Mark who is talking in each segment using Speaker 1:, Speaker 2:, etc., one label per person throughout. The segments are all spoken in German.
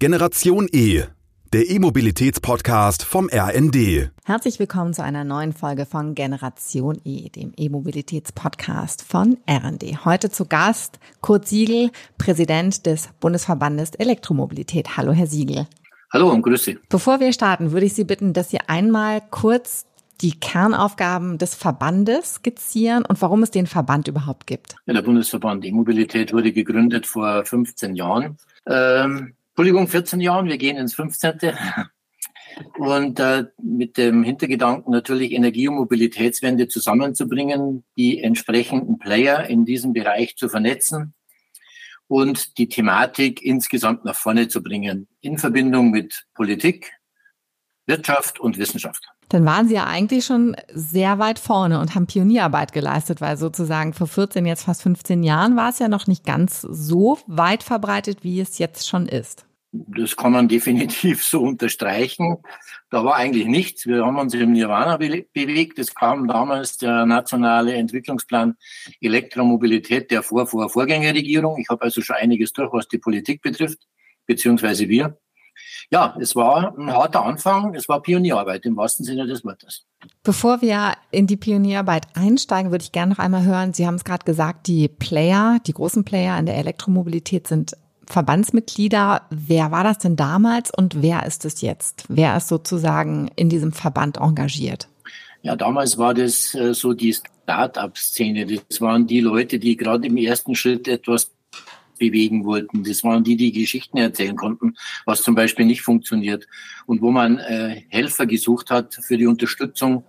Speaker 1: Generation E, der E-Mobilitäts-Podcast vom RND.
Speaker 2: Herzlich willkommen zu einer neuen Folge von Generation E, dem E-Mobilitäts-Podcast von RND. Heute zu Gast Kurt Siegel, Präsident des Bundesverbandes Elektromobilität. Hallo, Herr Siegel.
Speaker 3: Hallo und grüß Sie.
Speaker 2: Bevor wir starten, würde ich Sie bitten, dass Sie einmal kurz die Kernaufgaben des Verbandes skizzieren und warum es den Verband überhaupt gibt.
Speaker 3: Ja, der Bundesverband E-Mobilität wurde gegründet vor 15 Jahren. 14 Jahren, wir gehen ins 15. Und mit dem Hintergedanken natürlich Energie- und Mobilitätswende zusammenzubringen, die entsprechenden Player in diesem Bereich zu vernetzen und die Thematik insgesamt nach vorne zu bringen, in Verbindung mit Politik, Wirtschaft und Wissenschaft.
Speaker 2: Dann waren Sie ja eigentlich schon sehr weit vorne und haben Pionierarbeit geleistet, weil sozusagen vor 14, jetzt fast 15 Jahren war es ja noch nicht ganz so weit verbreitet, wie es jetzt schon ist.
Speaker 3: Das kann man definitiv so unterstreichen. Da war eigentlich nichts. Wir haben uns im Nirvana bewegt. Es kam damals der nationale Entwicklungsplan Elektromobilität der Vorgängerregierung. Ich habe also schon einiges durch, was die Politik betrifft, beziehungsweise wir. Ja, es war ein harter Anfang. Es war Pionierarbeit im wahrsten Sinne des Wortes.
Speaker 2: Bevor wir in die Pionierarbeit einsteigen, würde ich gerne noch einmal hören, Sie haben es gerade gesagt, die großen Player in der Elektromobilität sind Verbandsmitglieder. Wer war das denn damals und wer ist es jetzt? Wer ist sozusagen in diesem Verband engagiert?
Speaker 3: Ja, damals war das so die Start-up-Szene. Das waren die Leute, die gerade im ersten Schritt etwas bewegen wollten. Das waren die Geschichten erzählen konnten, was zum Beispiel nicht funktioniert und wo man Helfer gesucht hat für die Unterstützung,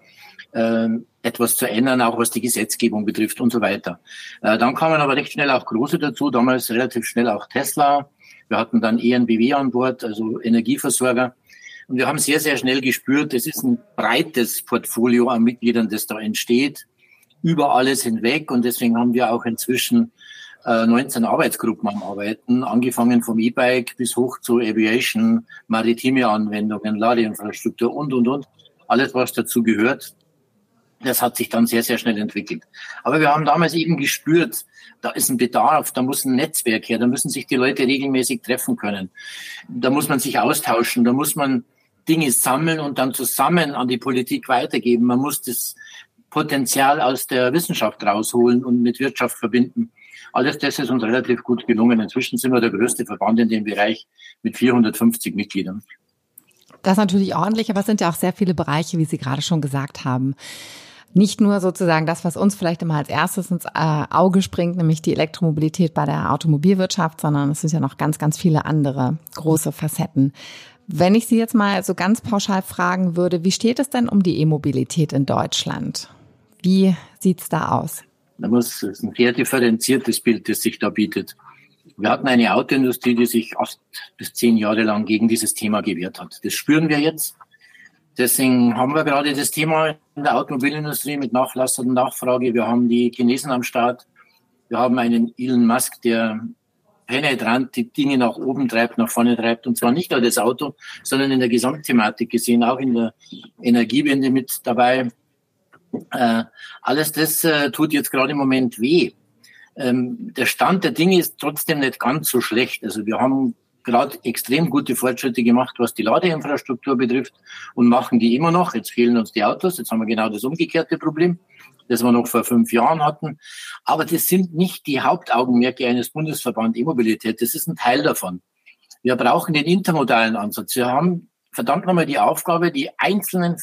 Speaker 3: etwas zu ändern, auch was die Gesetzgebung betrifft und so weiter. Dann kamen aber recht schnell auch große dazu, damals relativ schnell auch Tesla. Wir hatten dann EnBW an Bord, also Energieversorger. Und wir haben sehr, sehr schnell gespürt, es ist ein breites Portfolio an Mitgliedern, das da entsteht, über alles hinweg. Und deswegen haben wir auch inzwischen 19 Arbeitsgruppen am Arbeiten, angefangen vom E-Bike bis hoch zu Aviation, maritime Anwendungen, Ladeinfrastruktur und. Alles, was dazu gehört. Das hat sich dann sehr, sehr schnell entwickelt. Aber wir haben damals eben gespürt, da ist ein Bedarf, da muss ein Netzwerk her, da müssen sich die Leute regelmäßig treffen können. Da muss man sich austauschen, da muss man Dinge sammeln und dann zusammen an die Politik weitergeben. Man muss das Potenzial aus der Wissenschaft rausholen und mit Wirtschaft verbinden. Alles das ist uns relativ gut gelungen. Inzwischen sind wir der größte Verband in dem Bereich mit 450 Mitgliedern.
Speaker 2: Das ist natürlich ordentlich, aber es sind ja auch sehr viele Bereiche, wie Sie gerade schon gesagt haben. Nicht nur sozusagen das, was uns vielleicht immer als erstes ins Auge springt, nämlich die Elektromobilität bei der Automobilwirtschaft, sondern es sind ja noch ganz, ganz viele andere große Facetten. Wenn ich Sie jetzt mal so ganz pauschal fragen würde, wie steht es denn um die E-Mobilität in Deutschland? Wie sieht's da aus?
Speaker 3: Das ist ein sehr differenziertes Bild, das sich da bietet. Wir hatten eine Autoindustrie, die sich 8 bis 10 Jahre lang gegen dieses Thema gewehrt hat. Das spüren wir jetzt. Deswegen haben wir gerade das Thema in der Automobilindustrie mit nachlassender Nachfrage. Wir haben die Chinesen am Start. Wir haben einen Elon Musk, der penetrant die Dinge nach oben treibt, nach vorne treibt. Und zwar nicht nur das Auto, sondern in der Gesamtthematik gesehen, auch in der Energiewende mit dabei. Alles das tut jetzt gerade im Moment weh. Der Stand der Dinge ist trotzdem nicht ganz so schlecht. Also wir haben gerade extrem gute Fortschritte gemacht, was die Ladeinfrastruktur betrifft und machen die immer noch. Jetzt fehlen uns die Autos. Jetzt haben wir genau das umgekehrte Problem, das wir noch vor 5 Jahren hatten. Aber das sind nicht die Hauptaugenmerke eines Bundesverband E-Mobilität. Das ist ein Teil davon. Wir brauchen den intermodalen Ansatz. Wir haben verdammt nochmal die Aufgabe, die einzelnen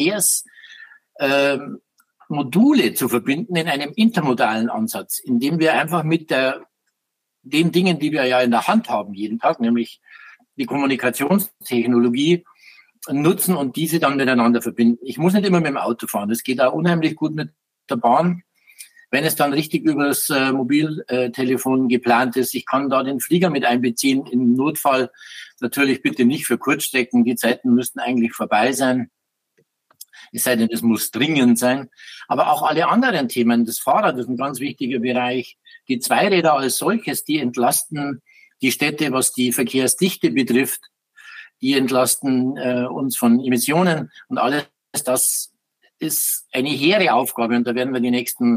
Speaker 3: Module zu verbinden in einem intermodalen Ansatz, indem wir einfach mit den Dingen, die wir ja in der Hand haben jeden Tag, nämlich die Kommunikationstechnologie, nutzen und diese dann miteinander verbinden. Ich muss nicht immer mit dem Auto fahren. Das geht auch unheimlich gut mit der Bahn, wenn es dann richtig über das Mobiltelefon geplant ist. Ich kann da den Flieger mit einbeziehen. Im Notfall natürlich bitte nicht für Kurzstrecken. Die Zeiten müssten eigentlich vorbei sein. Es sei denn, es muss dringend sein. Aber auch alle anderen Themen. Das Fahrrad ist ein ganz wichtiger Bereich. Die Zweiräder als solches, die entlasten die Städte, was die Verkehrsdichte betrifft. Die entlasten uns von Emissionen und alles das ist eine hehre Aufgabe. Und da werden wir die nächsten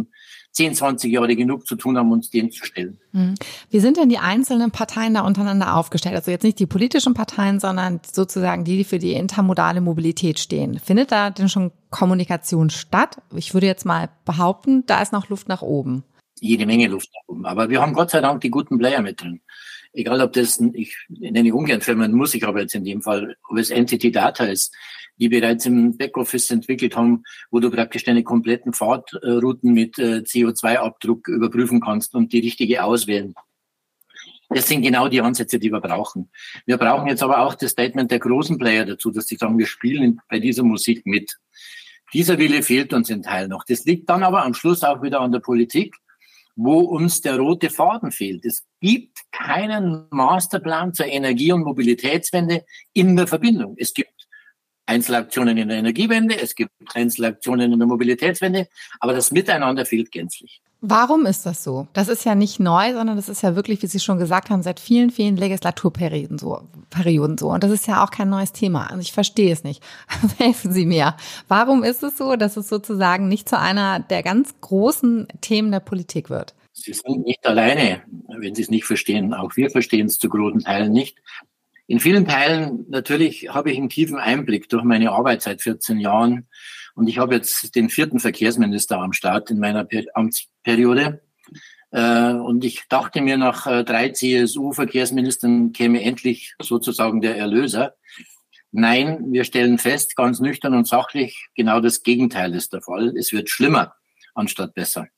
Speaker 3: 10, 20 Jahre genug zu tun haben, uns dem zu stellen.
Speaker 2: Wie sind denn die einzelnen Parteien da untereinander aufgestellt? Also jetzt nicht die politischen Parteien, sondern sozusagen die für die intermodale Mobilität stehen. Findet da denn schon Kommunikation statt? Ich würde jetzt mal behaupten, da ist noch Luft nach oben.
Speaker 3: Jede Menge Luft nach oben. Aber wir haben Gott sei Dank die guten Player mit drin. Egal, ob das, ich nenne ungern Firmen, muss ich aber jetzt in dem Fall, ob es Entity Data ist, die bereits im Backoffice entwickelt haben, wo du praktisch deine kompletten Fahrtrouten mit CO2-Abdruck überprüfen kannst und die richtige auswählen. Das sind genau die Ansätze, die wir brauchen. Wir brauchen jetzt aber auch das Statement der großen Player dazu, dass sie sagen, wir spielen bei dieser Musik mit. Dieser Wille fehlt uns in Teilen noch. Das liegt dann aber am Schluss auch wieder an der Politik, wo uns der rote Faden fehlt. Es gibt keinen Masterplan zur Energie- und Mobilitätswende in der Verbindung. Es gibt Einzelaktionen in der Energiewende, es gibt Einzelaktionen in der Mobilitätswende, aber das Miteinander fehlt gänzlich.
Speaker 2: Warum ist das so? Das ist ja nicht neu, sondern das ist ja wirklich, wie Sie schon gesagt haben, seit vielen, vielen Legislaturperioden so. Und das ist ja auch kein neues Thema. Also ich verstehe es nicht. Helfen Sie mir. Warum ist es so, dass es sozusagen nicht zu einer der ganz großen Themen der Politik wird?
Speaker 3: Sie sind nicht alleine, wenn Sie es nicht verstehen. Auch wir verstehen es zu großen Teilen nicht. In vielen Teilen natürlich habe ich einen tiefen Einblick durch meine Arbeit seit 14 Jahren. Und ich habe jetzt den 4. Verkehrsminister am Start in meiner Amtsperiode. Und ich dachte mir, nach 3 CSU-Verkehrsministern käme endlich sozusagen der Erlöser. Nein, wir stellen fest, ganz nüchtern und sachlich, genau das Gegenteil ist der Fall. Es wird schlimmer, anstatt besser.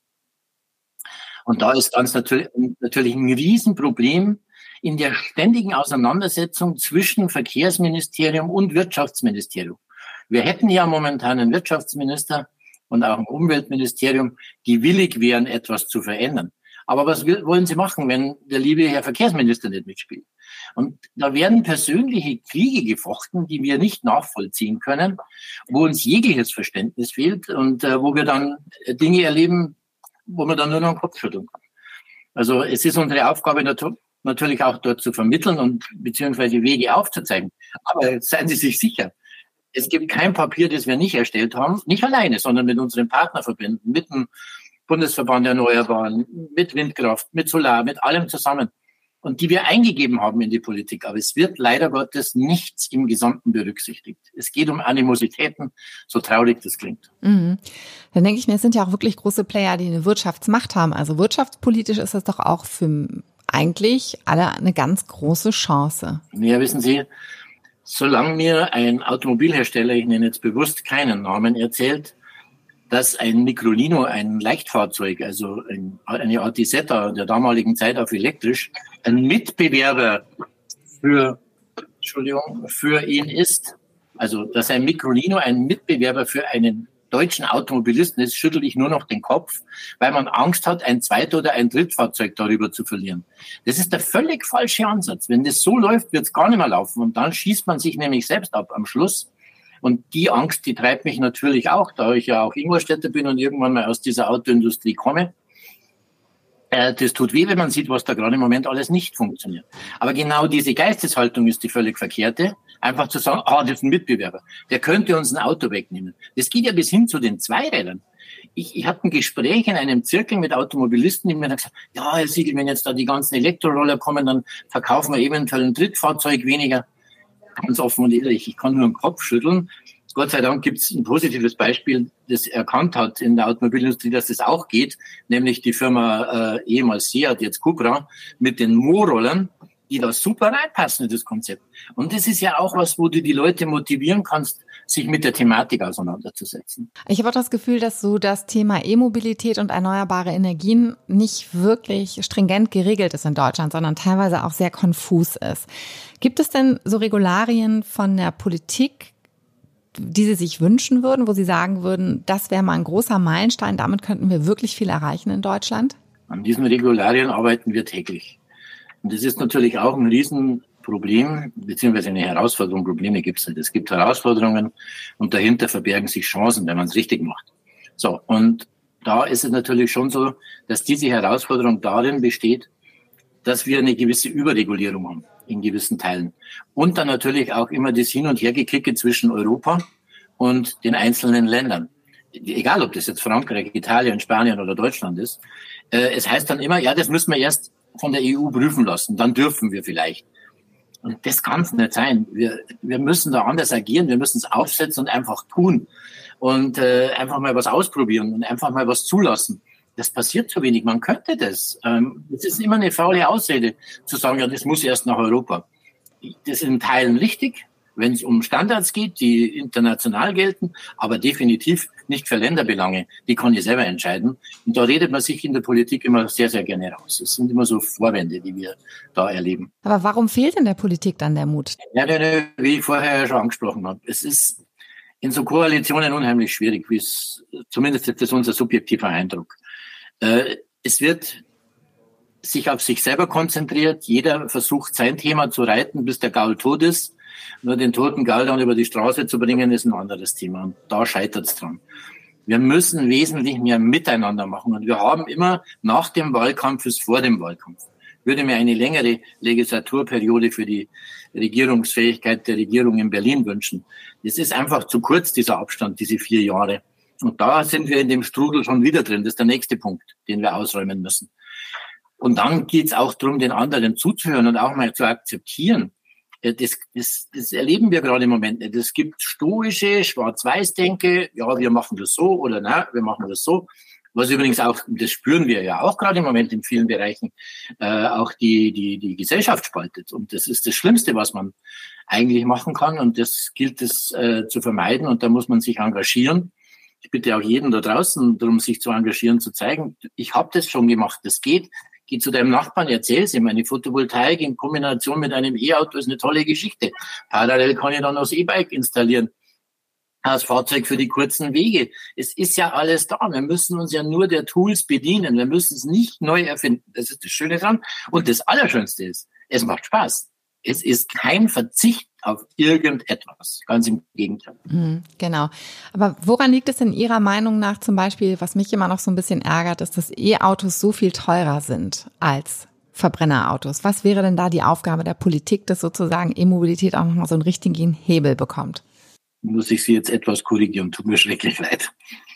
Speaker 3: Und da ist ganz natürlich ein Riesenproblem in der ständigen Auseinandersetzung zwischen Verkehrsministerium und Wirtschaftsministerium. Wir hätten ja momentan einen Wirtschaftsminister und auch ein Umweltministerium, die willig wären, etwas zu verändern. Aber was wollen sie machen, wenn der liebe Herr Verkehrsminister nicht mitspielt? Und da werden persönliche Kriege gefochten, die wir nicht nachvollziehen können, wo uns jegliches Verständnis fehlt und wo wir dann Dinge erleben, wo man dann nur noch den Kopf schütteln kann. Also es ist unsere Aufgabe natürlich auch dort zu vermitteln und beziehungsweise Wege aufzuzeigen. Aber seien Sie sich sicher, es gibt kein Papier, das wir nicht erstellt haben, nicht alleine, sondern mit unseren Partnerverbänden, mit dem Bundesverband der Erneuerbaren, mit Windkraft, mit Solar, mit allem zusammen. Und die wir eingegeben haben in die Politik. Aber es wird leider Gottes nichts im Gesamten berücksichtigt. Es geht um Animositäten, so traurig das klingt.
Speaker 2: Mhm. Dann denke ich mir, es sind ja auch wirklich große Player, die eine Wirtschaftsmacht haben. Also wirtschaftspolitisch ist das doch auch für eigentlich alle eine ganz große Chance.
Speaker 3: Ja, wissen Sie, solange mir ein Automobilhersteller, ich nenne jetzt bewusst keinen Namen, erzählt, dass ein Microlino, ein Leichtfahrzeug, also eine Art Isetta der damaligen Zeit auf elektrisch, ein Mitbewerber für ihn ist, also dass ein Microlino ein Mitbewerber für einen deutschen Automobilisten ist, schüttel ich nur noch den Kopf, weil man Angst hat, ein Zweit- oder ein Drittfahrzeug darüber zu verlieren. Das ist der völlig falsche Ansatz. Wenn das so läuft, wird es gar nicht mehr laufen. Und dann schießt man sich nämlich selbst ab am Schluss. Und die Angst, die treibt mich natürlich auch, da ich ja auch Ingolstädter bin und irgendwann mal aus dieser Autoindustrie komme. Das tut weh, wenn man sieht, was da gerade im Moment alles nicht funktioniert. Aber genau diese Geisteshaltung ist die völlig verkehrte. Einfach zu sagen, das ist ein Mitbewerber, der könnte uns ein Auto wegnehmen. Das geht ja bis hin zu den Zweirädern. Ich hatte ein Gespräch in einem Zirkel mit Automobilisten, die mir dann gesagt haben, ja, Herr Siegel, wenn jetzt da die ganzen Elektroroller kommen, dann verkaufen wir eventuell ein Drittfahrzeug weniger. Ganz offen und ehrlich, ich kann nur den Kopf schütteln. Gott sei Dank gibt es ein positives Beispiel, das erkannt hat in der Automobilindustrie, dass das auch geht, nämlich die Firma ehemals Seat, jetzt Cupra, mit den Mo-Rollern, die da super reinpassen in das Konzept. Und das ist ja auch was, wo du die Leute motivieren kannst, sich mit der Thematik auseinanderzusetzen.
Speaker 2: Ich habe auch das Gefühl, dass so das Thema E-Mobilität und erneuerbare Energien nicht wirklich stringent geregelt ist in Deutschland, sondern teilweise auch sehr konfus ist. Gibt es denn so Regularien von der Politik, die Sie sich wünschen würden, wo Sie sagen würden, das wäre mal ein großer Meilenstein, damit könnten wir wirklich viel erreichen in Deutschland?
Speaker 3: An diesen Regularien arbeiten wir täglich. Und das ist natürlich auch ein Riesenproblem, beziehungsweise eine Herausforderung. Probleme gibt es nicht. Es gibt Herausforderungen und dahinter verbergen sich Chancen, wenn man es richtig macht. So, und da ist es natürlich schon so, dass diese Herausforderung darin besteht, dass wir eine gewisse Überregulierung haben in gewissen Teilen. Und dann natürlich auch immer das Hin- und Hergekicke zwischen Europa und den einzelnen Ländern. egal ob das jetzt Frankreich, Italien, Spanien oder Deutschland ist, es heißt dann immer, ja, das müssen wir erst von der EU prüfen lassen, dann dürfen wir vielleicht. Und das kann es nicht sein. Wir müssen da anders agieren, wir müssen es aufsetzen und einfach tun und einfach mal was ausprobieren und einfach mal was zulassen. Das passiert zu wenig, man könnte das. Es ist immer eine faule Ausrede, zu sagen, ja, das muss erst nach Europa. Das ist in Teilen richtig, wenn es um Standards geht, die international gelten, aber definitiv nicht für Länderbelange. Die kann ich selber entscheiden. Und da redet man sich in der Politik immer sehr, sehr gerne raus. Es sind immer so Vorwände, die wir da erleben.
Speaker 2: Aber warum fehlt in der Politik dann der Mut?
Speaker 3: Ja, wie ich vorher schon angesprochen habe. Es ist in so Koalitionen unheimlich schwierig, zumindest ist das unser subjektiver Eindruck. Es wird sich auf sich selber konzentriert. Jeder versucht, sein Thema zu reiten, bis der Gaul tot ist. Nur den toten Gaul dann über die Straße zu bringen, ist ein anderes Thema. Und da scheitert es dran. Wir müssen wesentlich mehr miteinander machen. Und wir haben immer nach dem Wahlkampf ist vor dem Wahlkampf. Ich würde mir eine längere Legislaturperiode für die Regierungsfähigkeit der Regierung in Berlin wünschen. Es ist einfach zu kurz, dieser Abstand, diese 4 Jahre. Und da sind wir in dem Strudel schon wieder drin. Das ist der nächste Punkt, den wir ausräumen müssen. Und dann geht es auch darum, den anderen zuzuhören und auch mal zu akzeptieren. Das erleben wir gerade im Moment nicht. Es gibt stoische Schwarz-Weiß-Denke, ja, wir machen das so oder nein, wir machen das so. Was übrigens auch, das spüren wir ja auch gerade im Moment in vielen Bereichen, auch die Gesellschaft spaltet. Und das ist das Schlimmste, was man eigentlich machen kann. Und das gilt es zu vermeiden. Und da muss man sich engagieren. Ich bitte auch jeden da draußen darum, sich zu engagieren, zu zeigen, ich habe das schon gemacht, das geht. Geh zu deinem Nachbarn, erzähl's ihm. Eine Photovoltaik in Kombination mit einem E-Auto ist eine tolle Geschichte. Parallel kann ich dann das E-Bike installieren. Das Fahrzeug für die kurzen Wege. Es ist ja alles da. Wir müssen uns ja nur der Tools bedienen. Wir müssen es nicht neu erfinden. Das ist das Schöne dran. Und das Allerschönste ist, es macht Spaß. Es ist kein Verzicht auf irgendetwas. Ganz im Gegenteil.
Speaker 2: Genau. Aber woran liegt es in Ihrer Meinung nach zum Beispiel, was mich immer noch so ein bisschen ärgert, ist, dass E-Autos so viel teurer sind als Verbrennerautos? Was wäre denn da die Aufgabe der Politik, dass sozusagen E-Mobilität auch nochmal so einen richtigen Hebel bekommt?
Speaker 3: Muss ich Sie jetzt etwas korrigieren, tut mir schrecklich leid.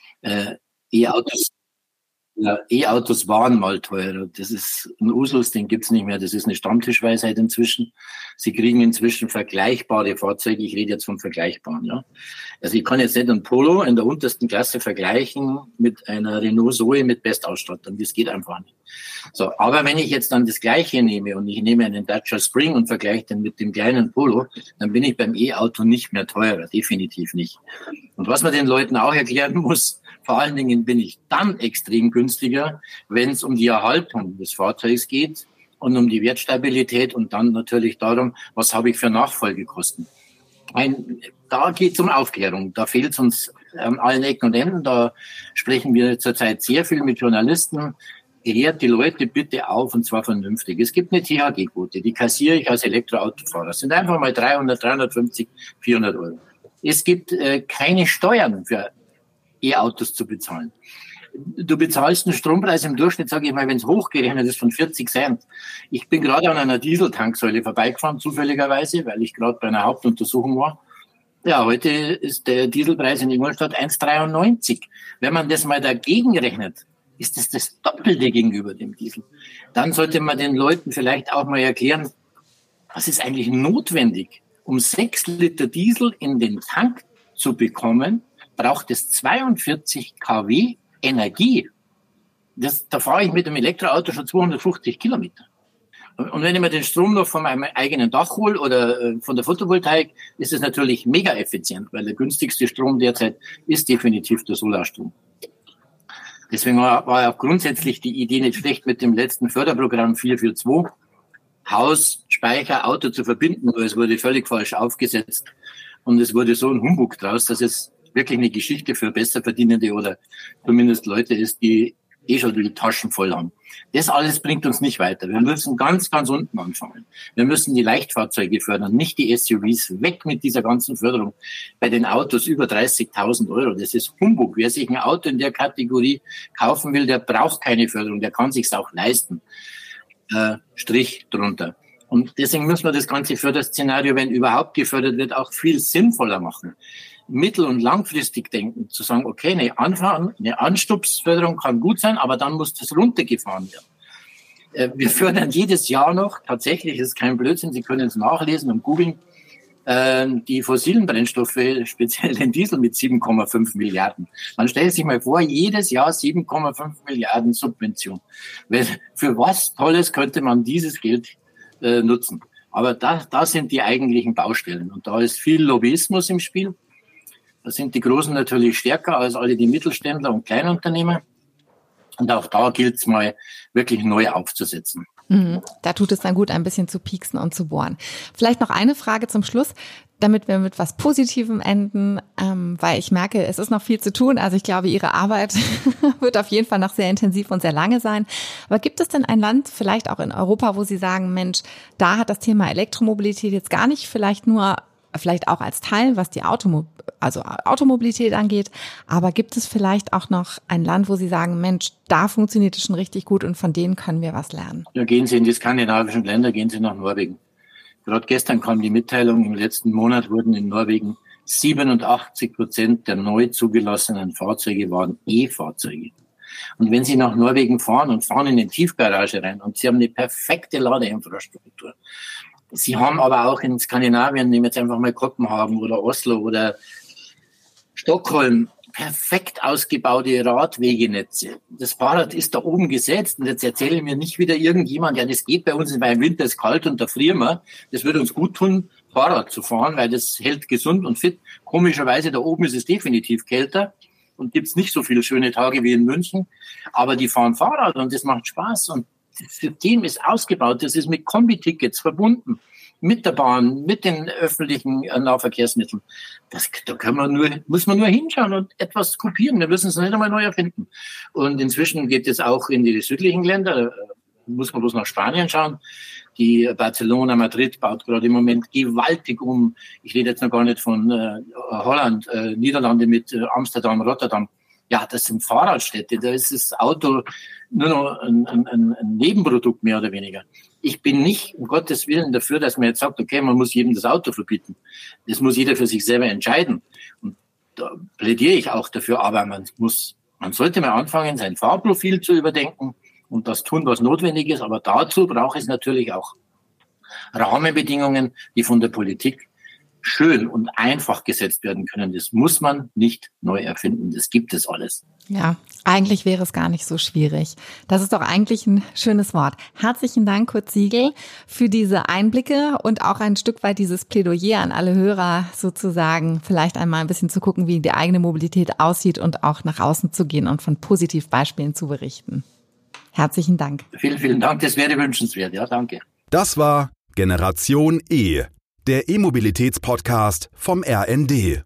Speaker 3: E-Autos waren mal teurer. Das ist ein Usus, den gibt's nicht mehr. Das ist eine Stammtischweisheit inzwischen. Sie kriegen inzwischen vergleichbare Fahrzeuge. Ich rede jetzt von vergleichbaren. Ja. Also ich kann jetzt nicht ein Polo in der untersten Klasse vergleichen mit einer Renault Zoe mit Bestausstattung. Das geht einfach nicht. So, aber wenn ich jetzt dann das Gleiche nehme und ich nehme einen Dacia Spring und vergleiche den mit dem kleinen Polo, dann bin ich beim E-Auto nicht mehr teurer. Definitiv nicht. Und was man den Leuten auch erklären muss, vor allen Dingen bin ich dann extrem günstiger, wenn es um die Erhaltung des Fahrzeugs geht und um die Wertstabilität und dann natürlich darum, was habe ich für Nachfolgekosten. Da geht es um Aufklärung. Da fehlt es uns an allen Ecken und Enden. Da sprechen wir zurzeit sehr viel mit Journalisten. Klärt die Leute bitte auf, und zwar vernünftig. Es gibt eine THG-Quote, die kassiere ich als Elektroautofahrer. Das sind einfach mal 300, 350, 400 Euro. Es gibt keine Steuern für E-Autos zu bezahlen. Du bezahlst einen Strompreis im Durchschnitt, sage ich mal, wenn es hochgerechnet ist, von 40 Cent. Ich bin gerade an einer Dieseltanksäule vorbeigefahren, zufälligerweise, weil ich gerade bei einer Hauptuntersuchung war. Ja, heute ist der Dieselpreis in Ingolstadt 1,93. Wenn man das mal dagegen rechnet, ist das Doppelte gegenüber dem Diesel. Dann sollte man den Leuten vielleicht auch mal erklären, was ist eigentlich notwendig, um 6 Liter Diesel in den Tank zu bekommen, braucht es 42 kW Energie. Da fahre ich mit dem Elektroauto schon 250 Kilometer. Und wenn ich mir den Strom noch von meinem eigenen Dach hole oder von der Photovoltaik, ist es natürlich mega effizient, weil der günstigste Strom derzeit ist definitiv der Solarstrom. Deswegen war auch grundsätzlich die Idee nicht schlecht, mit dem letzten Förderprogramm 442 Haus, Speicher, Auto zu verbinden, aber es wurde völlig falsch aufgesetzt. Und es wurde so ein Humbug draus, dass es wirklich eine Geschichte für Besserverdienende oder zumindest Leute ist, die schon die Taschen voll haben. Das alles bringt uns nicht weiter. Wir müssen ganz, ganz unten anfangen. Wir müssen die Leichtfahrzeuge fördern, nicht die SUVs. Weg mit dieser ganzen Förderung. Bei den Autos über 30.000 Euro. Das ist Humbug. Wer sich ein Auto in der Kategorie kaufen will, der braucht keine Förderung. Der kann sich's auch leisten. Strich drunter. Und deswegen müssen wir das ganze Förderszenario, wenn überhaupt gefördert wird, auch viel sinnvoller machen. mittel- und langfristig denken, zu sagen, okay, eine Anstupsförderung kann gut sein, aber dann muss das runtergefahren werden. Wir fördern jedes Jahr noch, tatsächlich, das ist kein Blödsinn, Sie können es nachlesen und googeln, die fossilen Brennstoffe, speziell den Diesel, mit 7,5 Milliarden. Man stellt sich mal vor, jedes Jahr 7,5 Milliarden Subvention. Für was Tolles könnte man dieses Geld nutzen? Aber da sind die eigentlichen Baustellen. Und da ist viel Lobbyismus im Spiel. Da sind die Großen natürlich stärker als alle die Mittelständler und Kleinunternehmer. Und auch da gilt es mal wirklich neu aufzusetzen.
Speaker 2: Da tut es dann gut, ein bisschen zu pieksen und zu bohren. Vielleicht noch eine Frage zum Schluss, damit wir mit was Positivem enden, weil ich merke, es ist noch viel zu tun. Also ich glaube, Ihre Arbeit wird auf jeden Fall noch sehr intensiv und sehr lange sein. Aber gibt es denn ein Land, vielleicht auch in Europa, wo Sie sagen, Mensch, da hat das Thema Elektromobilität jetzt gar nicht vielleicht auch als Teil, was die Automobilität angeht, aber gibt es vielleicht auch noch ein Land, wo Sie sagen, Mensch, da funktioniert es schon richtig gut und von denen können wir was lernen?
Speaker 3: Ja, gehen Sie in die skandinavischen Länder, gehen Sie nach Norwegen. Gerade gestern kam die Mitteilung, im letzten Monat wurden in Norwegen 87% der neu zugelassenen Fahrzeuge waren E-Fahrzeuge. Und wenn Sie nach Norwegen fahren und fahren in eine Tiefgarage rein und Sie haben eine perfekte Ladeinfrastruktur, Sie haben aber auch in Skandinavien, nehmen wir jetzt einfach mal Kopenhagen oder Oslo oder Stockholm, perfekt ausgebaute Radwegenetze. Das Fahrrad ist da oben gesetzt und jetzt erzähle mir nicht wieder irgendjemand, ja, das geht bei uns, weil im Winter ist kalt und da frieren wir. Das würde uns gut tun, Fahrrad zu fahren, weil das hält gesund und fit. Komischerweise, da oben ist es definitiv kälter und gibt's nicht so viele schöne Tage wie in München, aber die fahren Fahrrad und das macht Spaß und das System ist ausgebaut, das ist mit Kombi-Tickets verbunden, mit der Bahn, mit den öffentlichen Nahverkehrsmitteln. Muss man nur hinschauen und etwas kopieren. Wir müssen es nicht einmal neu erfinden. Und inzwischen geht es auch in die südlichen Länder. Muss man bloß nach Spanien schauen. Die Barcelona, Madrid baut gerade im Moment gewaltig um. Ich rede jetzt noch gar nicht von Holland, Niederlande mit Amsterdam, Rotterdam. Ja, das sind Fahrradstädte, da ist das Auto nur noch ein Nebenprodukt mehr oder weniger. Ich bin nicht, um Gottes Willen, dafür, dass man jetzt sagt, okay, man muss jedem das Auto verbieten. Das muss jeder für sich selber entscheiden. Und da plädiere ich auch dafür, aber man sollte mal anfangen, sein Fahrprofil zu überdenken und das tun, was notwendig ist. Aber dazu braucht es natürlich auch Rahmenbedingungen, die von der Politik schön und einfach gesetzt werden können. Das muss man nicht neu erfinden. Das gibt es alles.
Speaker 2: Ja, eigentlich wäre es gar nicht so schwierig. Das ist doch eigentlich ein schönes Wort. Herzlichen Dank, Kurt Siegel, für diese Einblicke und auch ein Stück weit dieses Plädoyer an alle Hörer sozusagen, vielleicht einmal ein bisschen zu gucken, wie die eigene Mobilität aussieht und auch nach außen zu gehen und von Positivbeispielen zu berichten. Herzlichen Dank.
Speaker 3: Vielen, vielen Dank. Das wäre wünschenswert. Ja, danke.
Speaker 1: Das war Generation E, der E-Mobilitäts-Podcast vom RND.